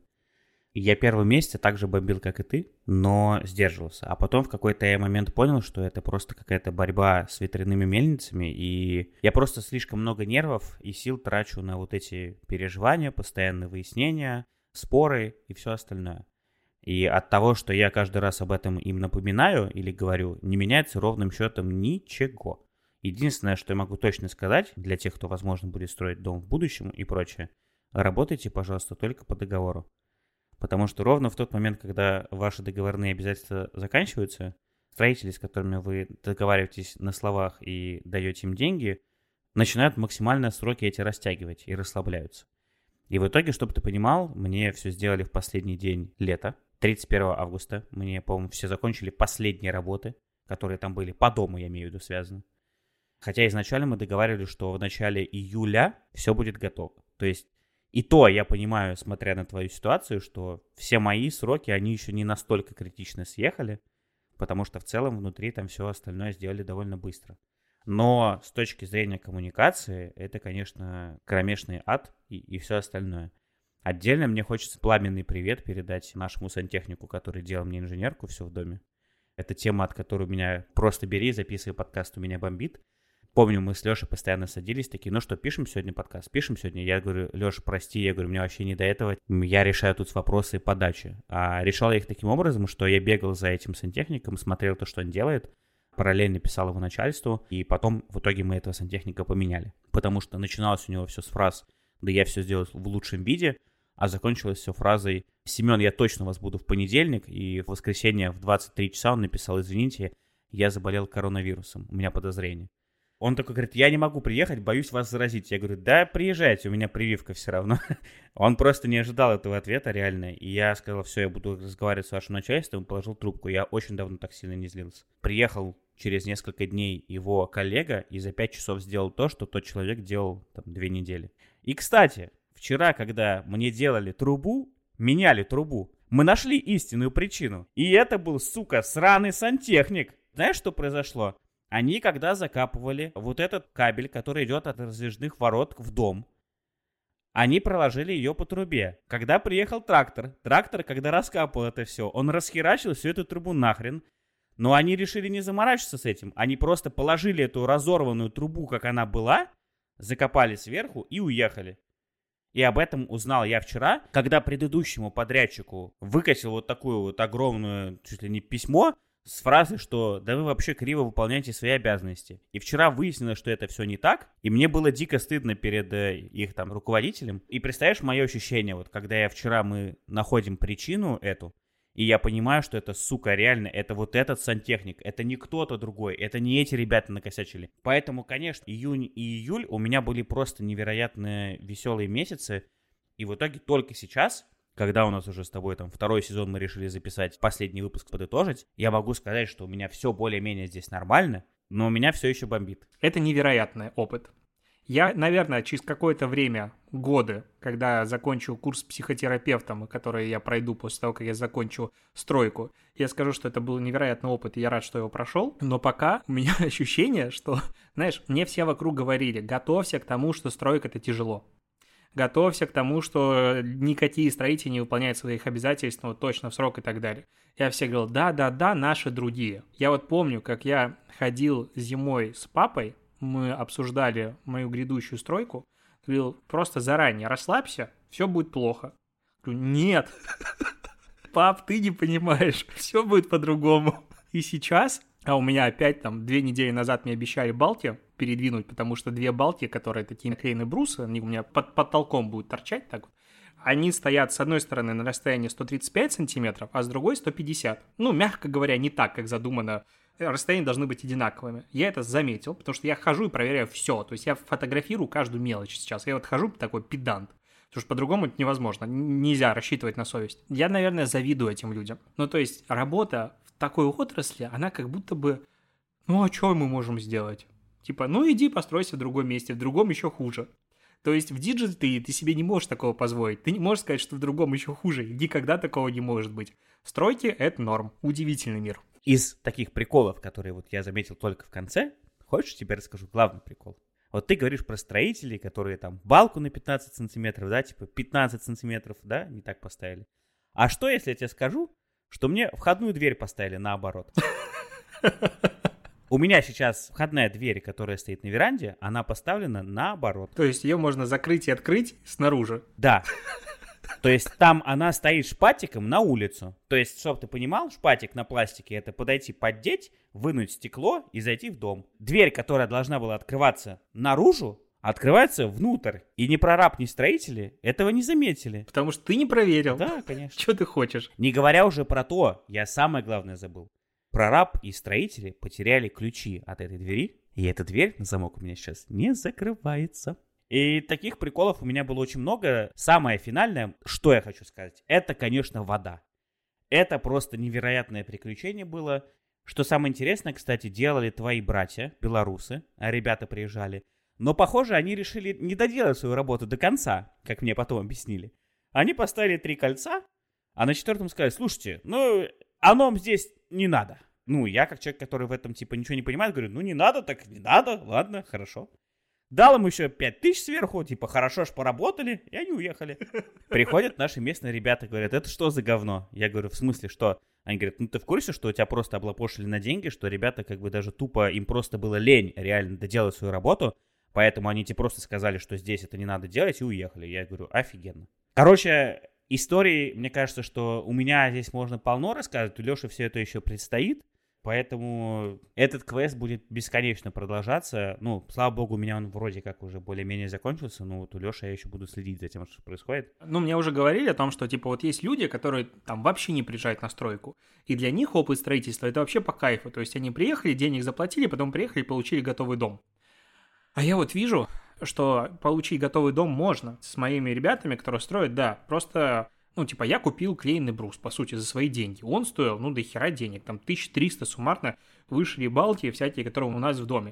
я первые месяцы так же бомбил, как и ты, но сдерживался. А потом в какой-то я момент понял, что это просто какая-то борьба с ветряными мельницами, и я просто слишком много нервов и сил трачу на вот эти переживания, постоянные выяснения, споры и все остальное. И от того, что я каждый раз об этом им напоминаю или говорю, не меняется ровным счетом ничего. Единственное, что я могу точно сказать для тех, кто, возможно, будет строить дом в будущем и прочее, работайте, пожалуйста, только по договору. Потому что ровно в тот момент, когда ваши договорные обязательства заканчиваются, строители, с которыми вы договариваетесь на словах и даете им деньги, начинают максимально сроки эти растягивать и расслабляются. И в итоге, чтобы ты понимал, мне все сделали в последний день лета, 31 августа. Мне, по-моему, все закончили последние работы, которые там были по дому, я имею в виду, связаны. Хотя изначально мы договаривались, что в начале июля все будет готово. То есть и то я понимаю, смотря на твою ситуацию, что все мои сроки, они еще не настолько критично съехали, потому что в целом внутри там все остальное сделали довольно быстро. Но с точки зрения коммуникации, это, конечно, кромешный ад и все остальное. Отдельно мне хочется пламенный привет передать нашему сантехнику, который делал мне инженерку все в доме. Это тема, от которой у меня просто бери, записывай подкаст, у меня бомбит. Помню, мы с Лешей постоянно садились, такие, ну что, пишем сегодня подкаст? Пишем сегодня? Я говорю, Леша, прости, я говорю, мне вообще не до этого. Я решаю тут вопросы подачи. А решал я их таким образом, что я бегал за этим сантехником, смотрел то, что он делает, параллельно писал его начальству, и потом в итоге мы этого сантехника поменяли. Потому что начиналось у него все с фраз «да я все сделал в лучшем виде», а закончилось все фразой «Семен, я точно у вас буду в понедельник», и в воскресенье в 23 часа он написал «извините, я заболел коронавирусом, у меня подозрение». Он такой говорит, я не могу приехать, боюсь вас заразить. Я говорю, да, приезжайте, у меня прививка все равно. Он просто не ожидал этого ответа реально. И я сказал, все, я буду разговаривать с вашим начальством, положил трубку. Я очень давно так сильно не злился. Приехал через несколько дней его коллега и за 5 часов сделал то, что тот человек делал 2 недели. И, кстати, вчера, когда мне делали трубу, меняли трубу, Мы нашли истинную причину. И это был, сука, сраный сантехник. Знаешь, что произошло? Они, когда закапывали вот этот кабель, который идет от раздвижных ворот в дом, они проложили ее по трубе. Когда приехал трактор, когда раскапывал это все, он расхерачил всю эту трубу нахрен. Но они решили не заморачиваться с этим. Они просто положили эту разорванную трубу, как она была, закопали сверху и уехали. И об этом узнал я вчера, когда предыдущему подрядчику выкатил вот такую вот огромную, чуть ли не письмо с фразой, что да вы вообще криво выполняете свои обязанности. И вчера выяснилось, что это все не так, и мне было дико стыдно перед их там руководителем. И представляешь мое ощущение, вот когда мы находим причину эту, и я понимаю, что это, сука, реально, это вот этот сантехник, это не кто-то другой, это не эти ребята накосячили. Поэтому, конечно, июнь и июль у меня были просто невероятно веселые месяцы, и в итоге только сейчас, когда у нас уже с тобой там второй сезон мы решили записать, последний выпуск подытожить, я могу сказать, что у меня все более-менее здесь нормально, но у меня все еще бомбит.
Это невероятный опыт. Я, наверное, через какое-то время, годы, когда закончу курс психотерапевтом, который я пройду после того, как я закончу стройку, я скажу, что это был невероятный опыт, и я рад, что его прошел. Но пока у меня ощущение, что, знаешь, мне все вокруг говорили, готовься к тому, что стройка – это тяжело. Готовься к тому, что никакие строители не выполняют своих обязательств, ну, точно в срок и так далее. Я все говорил, да, наши другие. Я вот помню, как я ходил зимой с папой, мы обсуждали мою грядущую стройку, говорил, просто заранее расслабься, все будет плохо. Говорю, нет, пап, ты не понимаешь, все будет по-другому. И сейчас, а у меня опять там 2 недели назад мне обещали балки передвинуть, потому что 2 балки, которые такие наклеенные брусы, они у меня под потолком будут торчать так вот, они стоят с одной стороны на расстоянии 135 сантиметров, а с другой 150. Ну, мягко говоря, не так, как задумано. Расстояния должны быть одинаковыми. Я это заметил, потому что я хожу и проверяю все. То есть я фотографирую каждую мелочь сейчас. Я вот хожу такой педант. Потому что по-другому это невозможно. Нельзя рассчитывать на совесть. Я, наверное, завидую этим людям. Ну, то есть работа в такой отрасли, она как будто бы... Ну, а что мы можем сделать? Типа, ну, иди постройся в другом месте, в другом еще хуже. То есть в диджитале ты себе не можешь такого позволить. Ты не можешь сказать, что в другом еще хуже. Никогда такого не может быть. Стройки – это норм. Удивительный мир.
Из таких приколов, которые вот я заметил только в конце, хочешь, тебе расскажу главный прикол? Вот ты говоришь про строителей, которые там балку на 15 сантиметров, да, типа 15 сантиметров, да, не так поставили. А что, если я тебе скажу, что мне входную дверь поставили наоборот? У меня сейчас входная дверь, которая стоит на веранде, она поставлена наоборот.
То есть ее можно закрыть и открыть снаружи?
Да. То есть там она стоит шпатиком на улицу. То есть, чтобы ты понимал, шпатик на пластике — это подойти, поддеть, вынуть стекло и зайти в дом. Дверь, которая должна была открываться наружу, открывается внутрь. И ни прораб, ни строители этого не заметили.
Потому что ты не проверил.
Да, конечно.
Что ты хочешь?
Не говоря уже про то, я самое главное забыл. Прораб и строители потеряли ключи от этой двери. И эта дверь на замок у меня сейчас не закрывается. И таких приколов у меня было очень много. Самое финальное, что я хочу сказать, это, конечно, вода. Это просто невероятное приключение было. Что самое интересное, кстати, делали твои братья, белорусы, а ребята приезжали. Но, похоже, они решили не доделать свою работу до конца, как мне потом объяснили. Они поставили 3 кольца, а на 4-м сказали, слушайте, ну, оно здесь не надо. Ну, я, как человек, который в этом, типа, ничего не понимает, говорю, ну, не надо, так не надо, ладно, хорошо. Дал им еще 5000 сверху, типа, хорошо ж поработали, и они уехали. Приходят наши местные ребята, говорят, это что за говно? Я говорю, в смысле, что? Они говорят, ну ты в курсе, что у тебя просто облапошили на деньги, что ребята как бы даже тупо, им просто было лень реально доделать свою работу, поэтому они тебе просто сказали, что здесь это не надо делать, и уехали. Я говорю, офигенно. Короче, истории, мне кажется, что у меня здесь можно полно рассказывать, у Леши все это еще предстоит. Поэтому этот квест будет бесконечно продолжаться. Ну, слава богу, у меня он вроде как уже более-менее закончился, но вот у Леши я еще буду следить за тем, что происходит.
Ну, мне уже говорили о том, что, типа, вот есть люди, которые там вообще не приезжают на стройку, и для них опыт строительства – это вообще по кайфу. То есть они приехали, денег заплатили, потом приехали и получили готовый дом. А я вот вижу, что получить готовый дом можно с моими ребятами, которые строят, да, просто... Ну, типа, я купил клееный брус, по сути, за свои деньги. Он стоил, ну, до хера денег. Там 1300 суммарно вышли балки всякие, которые у нас в доме.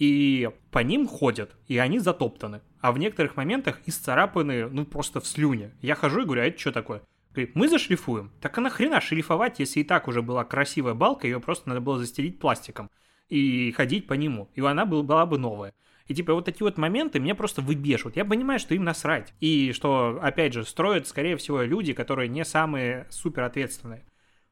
И по ним ходят, и они затоптаны. А в некоторых моментах исцарапаны, ну, просто в слюне. Я хожу и говорю, а это что такое? Говорит, мы зашлифуем. Так а нахрена шлифовать, если и так уже была красивая балка, ее просто надо было застелить пластиком и ходить по нему, и она была бы новая. И типа вот такие вот моменты меня просто выбешивают. Я понимаю, что им насрать. И что, опять же, строят, скорее всего, люди, которые не самые супер ответственные.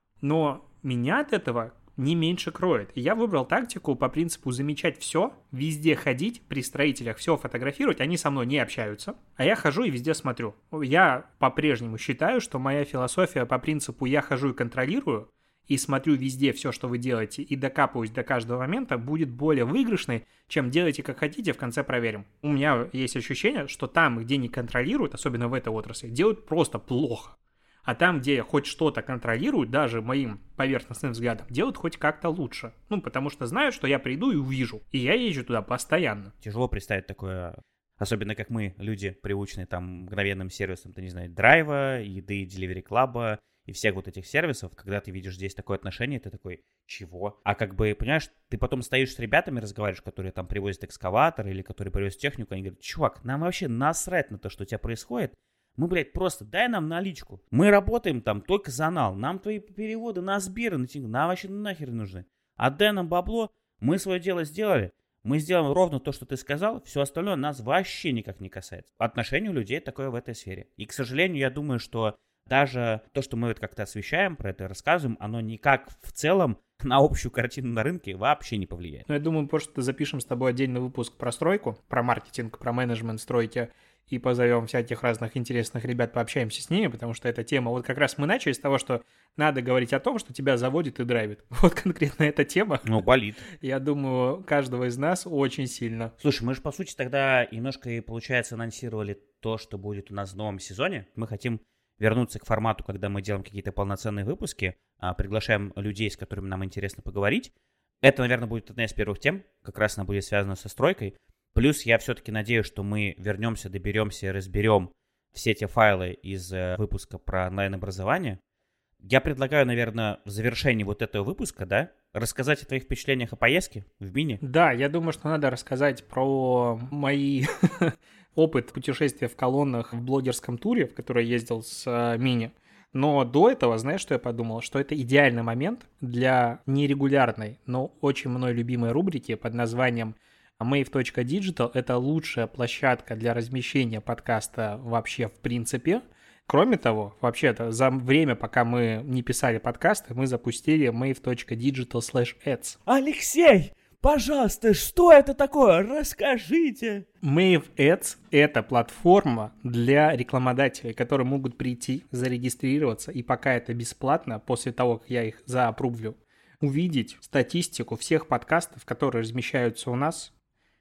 Но меня от этого не меньше кроет. И я выбрал тактику по принципу замечать все, везде ходить, при строителях все фотографировать, они со мной не общаются, а я хожу и везде смотрю. Я по-прежнему считаю, что моя философия по принципу «я хожу и контролирую», и смотрю везде все, что вы делаете, и докапываюсь до каждого момента, будет более выигрышной, чем делайте как хотите, в конце проверим. У меня есть ощущение, что там, где не контролируют, особенно в этой отрасли, делают просто плохо. А там, где хоть что-то контролируют, даже моим поверхностным взглядом, делают хоть как-то лучше. Ну, потому что знают, что я приду и увижу. И я езжу туда постоянно.
Тяжело представить такое, особенно как мы, люди, привычные там мгновенным сервисам, ты не знаю, драйва, еды, Delivery Club и всех вот этих сервисов, когда ты видишь здесь такое отношение, ты такой, чего? А как бы, понимаешь, ты потом стоишь с ребятами, разговариваешь, которые там привозят экскаватор или которые привозят технику, они говорят, чувак, нам вообще насрать на то, что у тебя происходит. Мы, блядь, просто дай нам наличку. Мы работаем там только за нал. Нам твои переводы на Сбер, нам вообще нахер нужны. Отдай нам бабло, мы свое дело сделали. Мы сделаем ровно то, что ты сказал. Все остальное нас вообще никак не касается. Отношение у людей такое в этой сфере. И, к сожалению, я думаю, что даже то, что мы вот как-то освещаем, про это рассказываем, оно никак в целом на общую картину на рынке вообще не повлияет.
Ну, я думаю, просто запишем с тобой отдельный выпуск про стройку, про маркетинг, про менеджмент стройки, и позовем всяких разных интересных ребят, пообщаемся с ними, потому что эта тема, вот как раз мы начали с того, что надо говорить о том, что тебя заводит и драйвит. Вот конкретно эта тема.
Ну, болит.
Я думаю, каждого из нас очень сильно.
Слушай, мы же, по сути, тогда немножко, и, получается, анонсировали то, что будет у нас в новом сезоне. Мы хотим вернуться к формату, когда мы делаем какие-то полноценные выпуски, приглашаем людей, с которыми нам интересно поговорить. Это, наверное, будет одна из первых тем, как раз она будет связана со стройкой. Плюс я все-таки надеюсь, что мы вернемся, доберемся, разберем все те файлы из выпуска про онлайн-образование. Я предлагаю, наверное, в завершении вот этого выпуска, да, рассказать о твоих впечатлениях о поездке в Мини.
Да, я думаю, что надо рассказать про мои опыт путешествия в колоннах в блогерском туре, в который я ездил с Мини. Но до этого, знаешь, что я подумал? Что это идеальный момент для нерегулярной, но очень мной любимой рубрики под названием Mave.digital. Это лучшая площадка для размещения подкаста вообще в принципе. Кроме того, вообще-то, за время, пока мы не писали подкасты, мы запустили mave.digital/ads.
Алексей, пожалуйста, что это такое? Расскажите.
Mave Ads – это платформа для рекламодателей, которые могут прийти, зарегистрироваться, и пока это бесплатно, после того, как я их заапрувлю, увидеть статистику всех подкастов, которые размещаются у нас,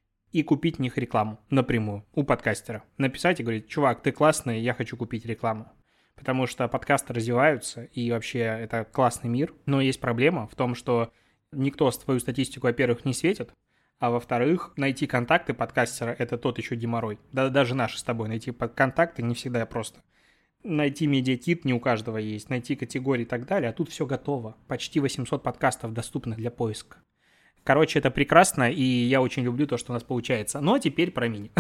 и купить в них рекламу напрямую у подкастера. Написать и говорить, чувак, ты классный, я хочу купить рекламу. Потому что подкасты развиваются, и вообще это классный мир. Но есть проблема в том, что никто твою статистику, во-первых, не светит, а во-вторых, найти контакты подкастера – это тот еще геморрой. Даже наши с тобой найти контакты не всегда просто. Найти медиакит не у каждого есть, найти категории и так далее, а тут все готово. Почти 800 подкастов доступных для поиска. Короче, это прекрасно, и я очень люблю то, что у нас получается. Ну, а теперь про Мини.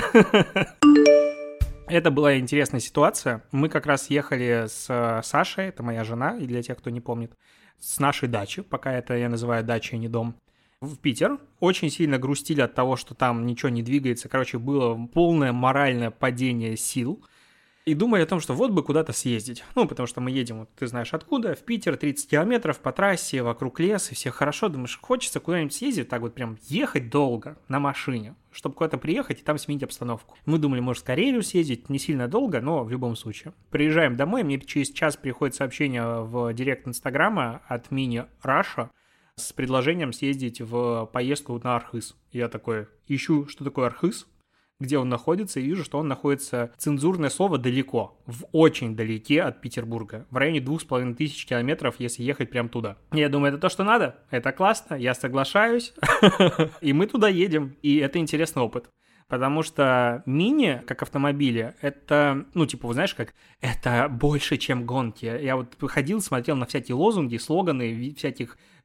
Это была интересная ситуация. Мы как раз ехали с Сашей, это моя жена, и для тех, кто не помнит, с нашей дачи, пока это я называю дачей, а не дом, в Питер. Очень сильно грустили от того, что там ничего не двигается. Короче, было полное моральное падение сил. И думали о том, что вот бы куда-то съездить. Ну, потому что мы едем, вот, ты знаешь откуда, в Питер, 30 километров по трассе, вокруг леса, и все хорошо. Думаешь, хочется куда-нибудь съездить, так вот прям ехать долго на машине, чтобы куда-то приехать и там сменить обстановку. Мы думали, может, в Карелию съездить, не сильно долго, но в любом случае. Приезжаем домой, мне через час приходит сообщение в директ Инстаграма от Мини Раша с предложением съездить в поездку на Архыз. Я такой, ищу, что такое Архыз, где он находится, и вижу, что он находится, цензурное слово, далеко, в очень далеке от Петербурга, в районе 2500 километров, если ехать прям туда. Я думаю, это то, что надо, это классно, я соглашаюсь, и мы туда едем, и это интересный опыт. Потому что Мини, как автомобили, это, ну, типа, вы знаешь, как, это больше, чем гонки. Я вот ходил, смотрел на всякие лозунги, слоганы всяких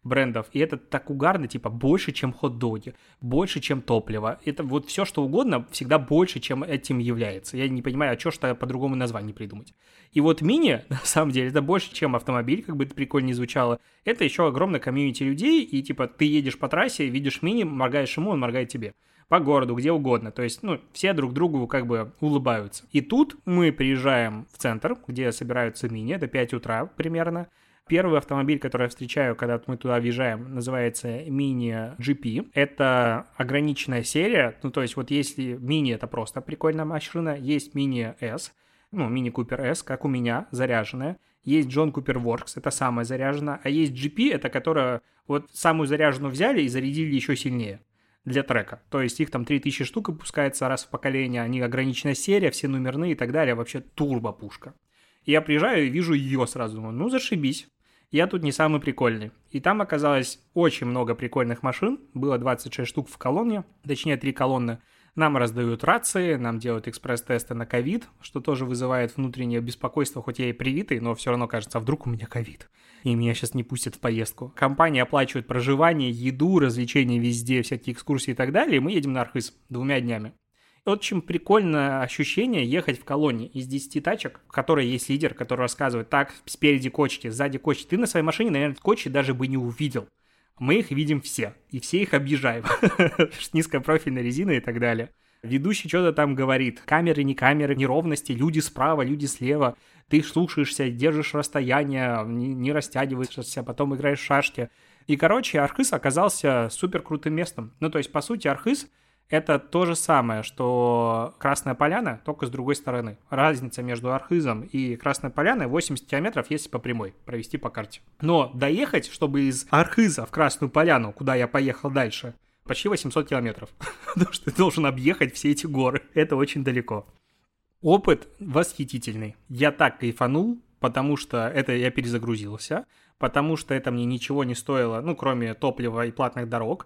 брендов, и это так угарно, типа, больше, чем хот-доги, больше, чем топливо. Это вот все, что угодно, всегда больше, чем этим является. Я не понимаю, а что по-другому название придумать. И вот мини, на самом деле, это больше, чем автомобиль, как бы это прикольно не звучало. Это еще огромное комьюнити людей, и, типа, ты едешь по трассе, видишь мини, моргаешь ему, он моргает тебе. По городу, где угодно. То есть, все друг другу как бы улыбаются. И тут мы приезжаем в центр, где собираются мини, это 5 утра примерно. Первый автомобиль, который я встречаю, когда мы туда въезжаем, называется Mini GP. Это ограниченная серия. То есть вот если Mini — это просто прикольная машина, есть Mini S, Mini Cooper S, как у меня, заряженная. Есть John Cooper Works, это самая заряженная. А есть GP, это которая вот самую заряженную взяли и зарядили еще сильнее для трека. То есть их там 3000 штук выпускается раз в поколение, они ограниченная серия, все номерные и так далее, вообще турбо-пушка. И я приезжаю и вижу ее сразу, думаю, зашибись. Я тут не самый прикольный. И там оказалось очень много прикольных машин. Было 26 штук в колонне, точнее 3 колонны. Нам раздают рации, нам делают экспресс-тесты на ковид, что тоже вызывает внутреннее беспокойство, хоть я и привитый, но все равно кажется, а вдруг у меня ковид, и меня сейчас не пустят в поездку. Компания оплачивает проживание, еду, развлечения везде, всякие экскурсии и так далее, и мы едем на Архыз 2 днями. Очень прикольное ощущение ехать в колонне из 10 тачек, в которой есть лидер, который рассказывает, так, спереди кочки, сзади кочки. Ты на своей машине, наверное, кочки даже бы не увидел. Мы их видим все, и все их объезжаем. Низкопрофильная резина и так далее. Ведущий что-то там говорит. Камеры, неровности, люди справа, люди слева. Ты слушаешься, держишь расстояние, не растягиваешься, потом играешь в шашки. И, короче, Архыз оказался супер крутым местом. То есть, по сути, Архыз — это то же самое, что Красная Поляна, только с другой стороны. Разница между Архызом и Красной Поляной 80 километров, если по прямой провести по карте. Но доехать, чтобы из Архыза в Красную Поляну, куда я поехал дальше, почти 800 километров. Потому что ты должен объехать все эти горы. Это очень далеко. Опыт восхитительный. Я так кайфанул, потому что это я перезагрузился, потому что это мне ничего не стоило, кроме топлива и платных дорог.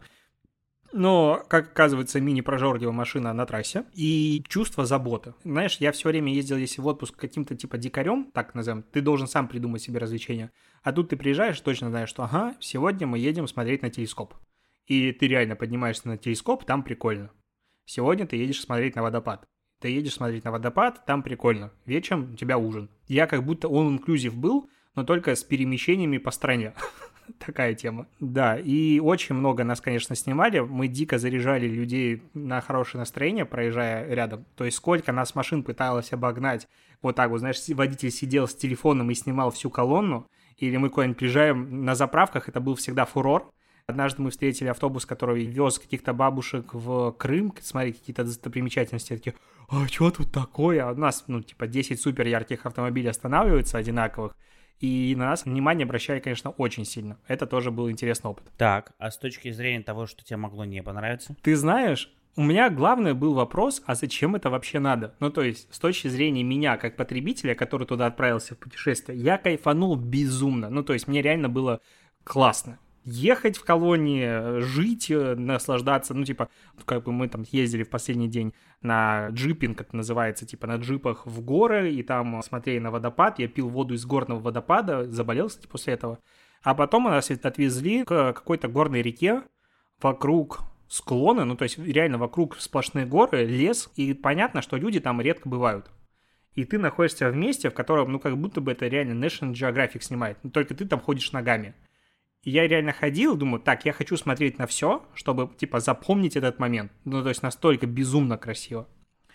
Но, как оказывается, мини-прожорливая машина на трассе и чувство заботы. Знаешь, я все время ездил, если в отпуск каким-то типа дикарем, так назовем, ты должен сам придумать себе развлечения. А тут ты приезжаешь, точно знаешь, что сегодня мы едем смотреть на телескоп. И ты реально поднимаешься на телескоп, там прикольно. Сегодня ты едешь смотреть на водопад. Ты едешь смотреть на водопад, там прикольно. Вечером у тебя ужин. Я как будто all-inclusive был, но только с перемещениями по стране. Такая тема. Да, и очень много нас, конечно, снимали. Мы дико заряжали людей на хорошее настроение, проезжая рядом. То есть сколько нас машин пыталось обогнать. Вот так вот, знаешь, водитель сидел с телефоном и снимал всю колонну. Или мы куда-нибудь приезжаем на заправках, это был всегда фурор. Однажды мы встретили автобус, который вез каких-то бабушек в Крым, смотреть какие-то достопримечательности. Такие, а что тут такое? А у нас, 10 супер ярких автомобилей останавливаются одинаковых. И на нас внимание обращали, конечно, очень сильно. Это тоже был интересный опыт.
Так, а с точки зрения того, что тебе могло не понравиться?
Ты знаешь, у меня главный был вопрос, а зачем это вообще надо? То есть, с точки зрения меня, как потребителя, который туда отправился в путешествие, я кайфанул безумно. То есть, мне реально было классно. Ехать в колонии, жить, наслаждаться, мы там ездили в последний день на джипинг, это называется, на джипах в горы, и там смотрели на водопад, я пил воду из горного водопада, заболел, кстати, после этого, а потом нас отвезли к какой-то горной реке, вокруг склоны, то есть реально вокруг сплошные горы, лес, и понятно, что люди там редко бывают. И ты находишься в месте, в котором, как будто бы это реально National Geographic снимает, только ты там ходишь ногами. И я реально ходил, думаю, так, я хочу смотреть на все, чтобы, запомнить этот момент. То есть настолько безумно красиво.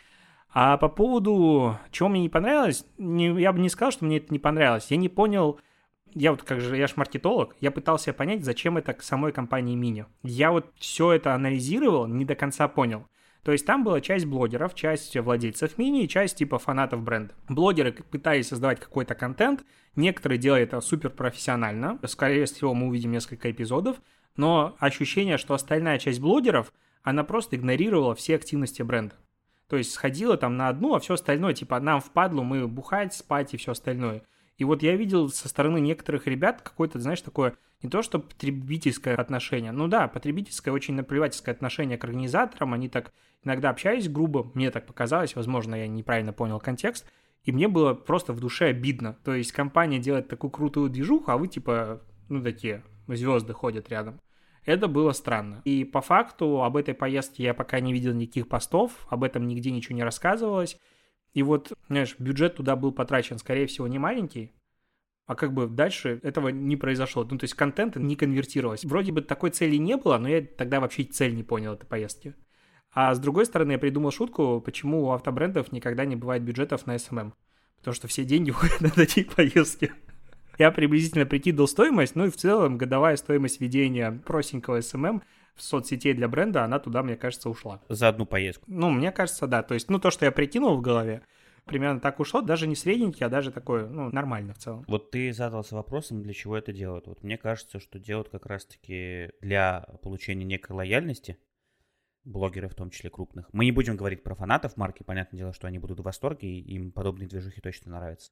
А по поводу, чего мне не понравилось, я бы не сказал, что мне это не понравилось. Я не понял, я ж маркетолог, я пытался понять, зачем это к самой компании Mini. Я все это анализировал, не до конца понял. То есть там была часть блогеров, часть владельцев Mini и часть фанатов бренда. Блогеры пытались создавать какой-то контент, некоторые делали это супер профессионально, скорее всего мы увидим несколько эпизодов, но ощущение, что остальная часть блогеров, она просто игнорировала все активности бренда. То есть сходила там на одну, а все остальное, нам впадлу, мы бухать, спать и все остальное. И я видел со стороны некоторых ребят какое-то, такое не то что потребительское отношение, потребительское, очень наплевательское отношение к организаторам, они так иногда общались грубо, мне так показалось, возможно, я неправильно понял контекст, и мне было просто в душе обидно. То есть компания делает такую крутую движуху, а вы такие, звезды ходят рядом. Это было странно. И по факту об этой поездке я пока не видел никаких постов, об этом нигде ничего не рассказывалось. И вот, знаешь, бюджет туда был потрачен, скорее всего, не маленький, а как бы дальше этого не произошло. Ну, то есть контент не конвертировалось. Вроде бы такой цели не было, но я тогда вообще цель не понял этой поездки. А с другой стороны, я придумал шутку, почему у автобрендов никогда не бывает бюджетов на SMM. Потому что все деньги уходят на такие поездки. Я приблизительно прикидывал стоимость, ну и в целом годовая стоимость ведения простенького SMM в соцсетей для бренда, она туда, мне кажется, ушла.
За одну поездку?
Ну, мне кажется, да. То есть, ну, то, что я прикинул в голове, примерно так ушло, даже не средненький, а даже такой, ну, нормально в целом.
Вот ты задался вопросом, для чего это делают. Вот мне кажется, что делают как раз-таки для получения некой лояльности, блогеры в том числе крупных. Мы не будем говорить про фанатов марки, понятное дело, что они будут в восторге, и им подобные движухи точно нравятся.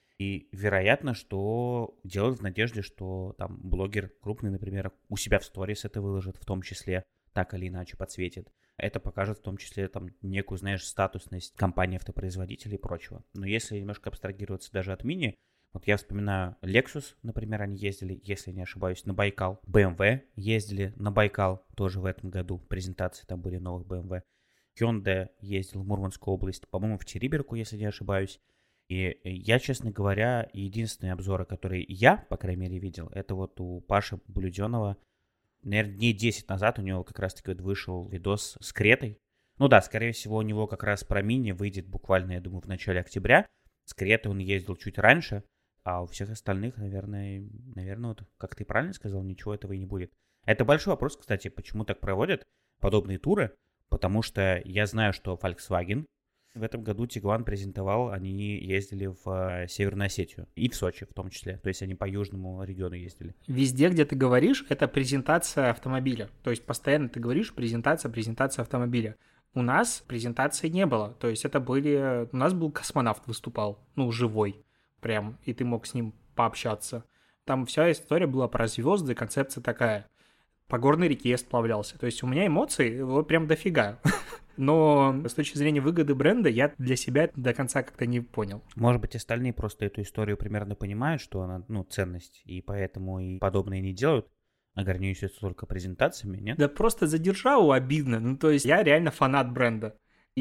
И вероятно, что делают в надежде, что там блогер крупный, например, у себя в сторис это выложит, в том числе так или иначе подсветит. Это покажет в том числе там некую, знаешь, статусность компании автопроизводителей и прочего. Но если немножко абстрагироваться даже от мини, вот я вспоминаю Lexus, например, они ездили, если не ошибаюсь, на Байкал. BMW ездили на Байкал тоже в этом году. Презентации там были новых BMW. Hyundai ездил в Мурманскую область, по-моему, в Териберку, если не ошибаюсь. И я, честно говоря, единственные обзоры, которые я, по крайней мере, видел, это вот у Паши Блюденова. Наверное, дней 10 назад у него как раз-таки вот вышел видос с Кретой. Ну да, скорее всего, у него как раз про мини выйдет буквально, я думаю, в начале октября. С Кретой он ездил чуть раньше, а у всех остальных, наверное, вот, как ты правильно сказал, ничего этого и не будет. Это большой вопрос, кстати, почему так проводят подобные туры, потому что я знаю, что Volkswagen в этом году Тигуан презентовал, они ездили в Северную Осетию и в Сочи в том числе, то есть они по южному региону ездили.
Везде, где ты говоришь, это презентация автомобиля, то есть постоянно ты говоришь презентация автомобиля. У нас презентации не было, то есть это были... У нас был космонавт выступал, ну, живой прям, и ты мог с ним пообщаться. Там вся история была про звезды, концепция такая. По горной реке я сплавлялся, то есть у меня эмоций вот прям дофига. Но с точки зрения выгоды бренда я для себя до конца как-то не понял.
Может быть, остальные просто эту историю примерно понимают, что она, ну, ценность, и поэтому и подобное не делают, ограничиваются только презентациями, нет?
Да просто за державу обидно. Ну, то есть я реально фанат бренда.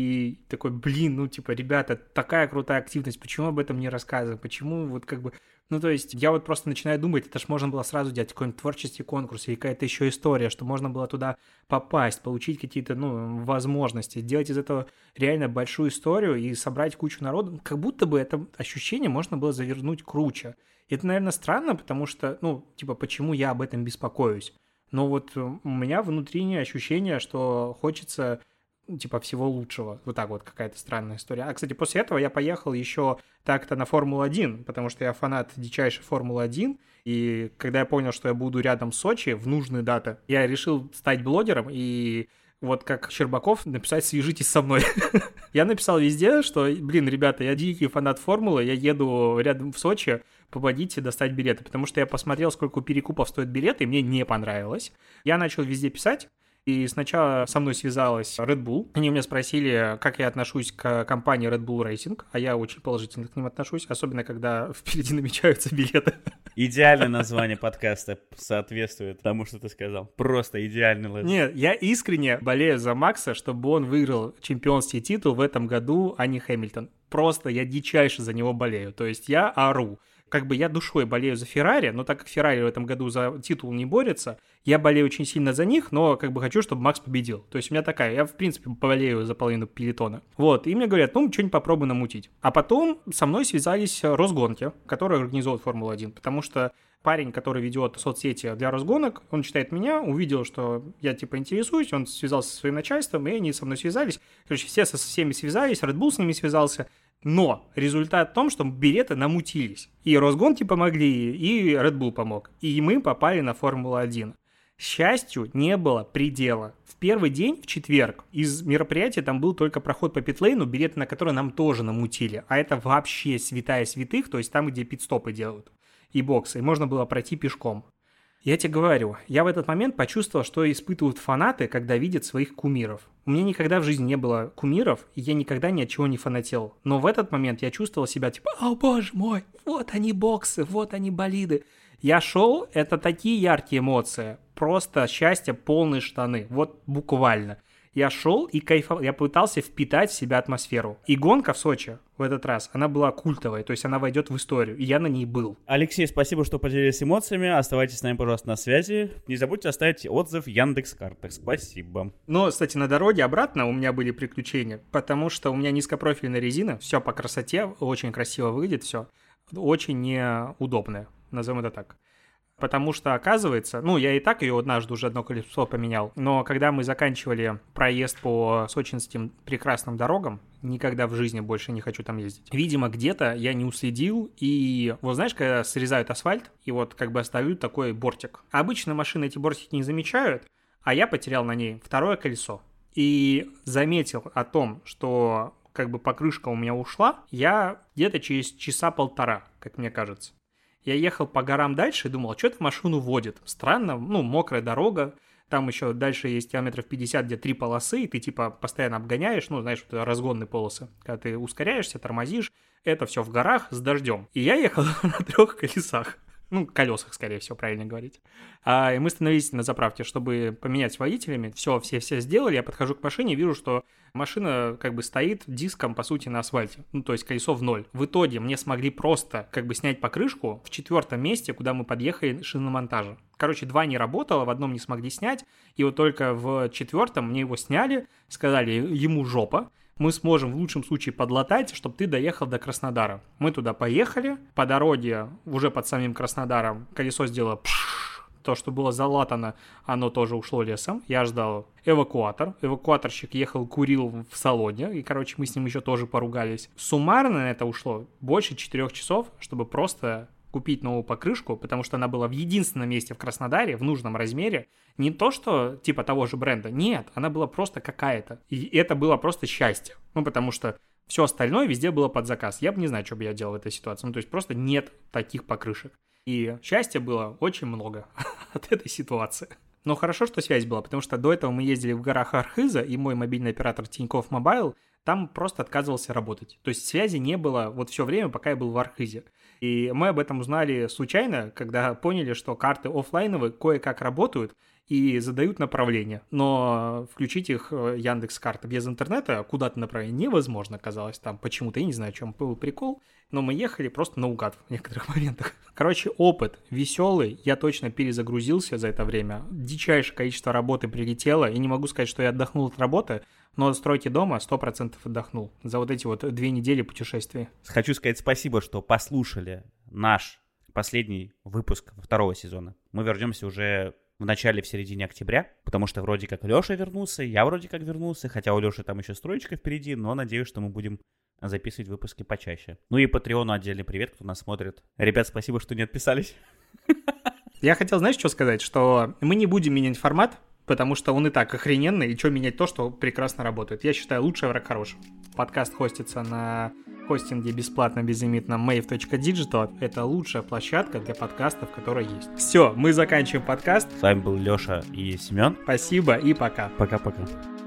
И такой, блин, ну, типа, ребята, такая крутая активность, почему об этом не рассказываем? Почему вот как бы... Ну, то есть я вот просто начинаю думать, это ж можно было сразу делать какой-нибудь творческий конкурс или какая-то еще история, что можно было туда попасть, получить какие-то, ну, возможности, сделать из этого реально большую историю и собрать кучу народу. Как будто бы это ощущение можно было завернуть круче. И это, наверное, странно, потому что, ну, типа, почему я об этом беспокоюсь? Но вот у меня внутреннее ощущение, что хочется... типа всего лучшего. Вот так вот какая-то странная история. А, кстати, после этого я поехал еще так-то на Формулу-1, потому что я фанат дичайшей Формулы-1, и когда я понял, что я буду рядом с Сочи в нужные даты, я решил стать блогером и вот как Щербаков написать «свяжитесь со мной». Я написал везде, что, блин, ребята, я дикий фанат Формулы, я еду рядом в Сочи, помогите достать билеты, потому что я посмотрел, сколько у перекупов стоят билеты, и мне не понравилось. Я начал везде писать, и сначала со мной связалась Red Bull. Они меня спросили, как я отношусь к компании Red Bull Racing, а я очень положительно к ним отношусь, особенно когда впереди намечаются билеты.
Идеальное название подкаста соответствует тому, что ты сказал. Просто идеальный лозунг.
Нет, я искренне болею за Макса, чтобы он выиграл чемпионский титул в этом году, а не Хэмилтон. Просто я дичайше за него болею. То есть я ору. Как бы я душой болею за Феррари, но так как Феррари в этом году за титул не борется, я болею очень сильно за них, но как бы хочу, чтобы Макс победил. То есть у меня такая, я в принципе болею за половину пелотона. Вот, и мне говорят, ну, что-нибудь попробуй намутить. А потом со мной связались Росгонки, которые организуют Формулу-1, потому что парень, который ведет соцсети для Росгонок, он читает меня, увидел, что я типа интересуюсь, он связался со своим начальством, и они со мной связались. Короче, все со всеми связались, Red Bull с ними связался. Но результат в том, что билеты намутились. И Росгонки помогли, и Red Bull помог. И мы попали на Формулу-1. Счастью, не было предела. В первый день, в четверг, из мероприятия там был только проход по питлейну, билеты на которые нам тоже намутили. А это вообще святая святых, то есть там, где пит-стопы делают. И боксы. И можно было пройти пешком. Я тебе говорю, я в этот момент почувствовал, что испытывают фанаты, когда видят своих кумиров. У меня никогда в жизни не было кумиров, и я никогда ни от чего не фанател. Но в этот момент я чувствовал себя типа, о боже мой, вот они боксы, вот они болиды. Я шел, это такие яркие эмоции, просто счастье, полные штаны, вот буквально. Я шел и кайфовал, я пытался впитать в себя атмосферу. И гонка в Сочи в этот раз, она была культовой, то есть она войдет в историю, и я на ней был.
Алексей, спасибо, что поделились эмоциями, оставайтесь с нами, пожалуйста, на связи. Не забудьте оставить отзыв в Яндекс.Картах, спасибо.
Но, кстати, на дороге обратно у меня были приключения, потому что у меня низкопрофильная резина, все по красоте, очень красиво выглядит все, очень неудобное, назовем это так. Потому что, оказывается, я и так ее однажды уже одно колесо поменял, но когда мы заканчивали проезд по сочинским прекрасным дорогам, никогда в жизни больше не хочу там ездить. Видимо, где-то я не уследил, и вот знаешь, когда срезают асфальт, и вот как бы оставляют такой бортик. Обычно машины эти бортики не замечают, а я потерял на ней второе колесо. И заметил о том, что как бы покрышка у меня ушла, я где-то через часа полтора, как мне кажется. Я ехал по горам дальше и думал, что-то машину водит. Странно, мокрая дорога, там еще дальше есть километров 50, где 3 полосы, и ты типа постоянно обгоняешь, знаешь, вот разгонные полосы. Когда ты ускоряешься, тормозишь, это все в горах с дождем. И я ехал на 3 колесах. Колесах, скорее всего, правильно говорить. И мы остановились на заправке, чтобы поменять с водителями. Все сделали. Я подхожу к машине и вижу, что машина как бы стоит диском, по сути, на асфальте. То есть колесо в ноль. В итоге мне смогли просто как бы снять покрышку в 4-м месте, куда мы подъехали шиномонтажа. Короче, 2 не работало, в одном не смогли снять. И вот только в 4-м мне его сняли, сказали, ему жопа. Мы сможем в лучшем случае подлатать, чтобы ты доехал до Краснодара. Мы туда поехали, по дороге, уже под самим Краснодаром, колесо сделало пшш, то, что было залатано, оно тоже ушло лесом. Я ждал эвакуатор. Эвакуаторщик ехал, курил в салоне, и, короче, мы с ним еще тоже поругались. Суммарно на это ушло больше 4 часов, чтобы просто купить новую покрышку, потому что она была в единственном месте в Краснодаре, в нужном размере. Не то, что типа того же бренда, нет, она была просто какая-то. И это было просто счастье. Потому что все остальное везде было под заказ. Я бы не знаю, что бы я делал в этой ситуации. То есть просто нет таких покрышек. И счастья было очень много от этой ситуации. Но хорошо, что связь была, потому что до этого мы ездили в горах Архиза, и мой мобильный оператор Тинькофф Мобайл там просто отказывался работать. То есть связи не было вот все время, пока я был в Архизе. И мы об этом узнали случайно, когда поняли, что карты оффлайновые кое-как работают и задают направление. Но включить их Яндекс.Карты без интернета куда-то направление невозможно, казалось там. Почему-то, я не знаю, в чем был прикол, но мы ехали просто наугад в некоторых моментах. Короче, опыт веселый, я точно перезагрузился за это время. Дичайшее количество работы прилетело, и не могу сказать, что я отдохнул от работы, но от стройки дома 100% отдохнул за вот эти вот 2 недели путешествий.
Хочу сказать спасибо, что послушали наш последний выпуск 2-го сезона. Мы вернемся уже в начале, в середине октября, потому что вроде как Леша вернулся, я вроде как вернулся, хотя у Леши там еще строечка впереди, но надеюсь, что мы будем записывать выпуски почаще. И Патреону отдельный привет, кто нас смотрит. Ребят, спасибо, что не отписались.
Я хотел, знаешь, что сказать? Что мы не будем менять формат, потому что он и так охрененный, и что менять то, что прекрасно работает. Я считаю, лучший враг хорошего. Подкаст хостится на хостинге бесплатно, безлимитном mave.digital. Это лучшая площадка для подкастов, которая есть. Все, мы заканчиваем подкаст.
С вами был Леша и Семен.
Спасибо и пока.
Пока-пока.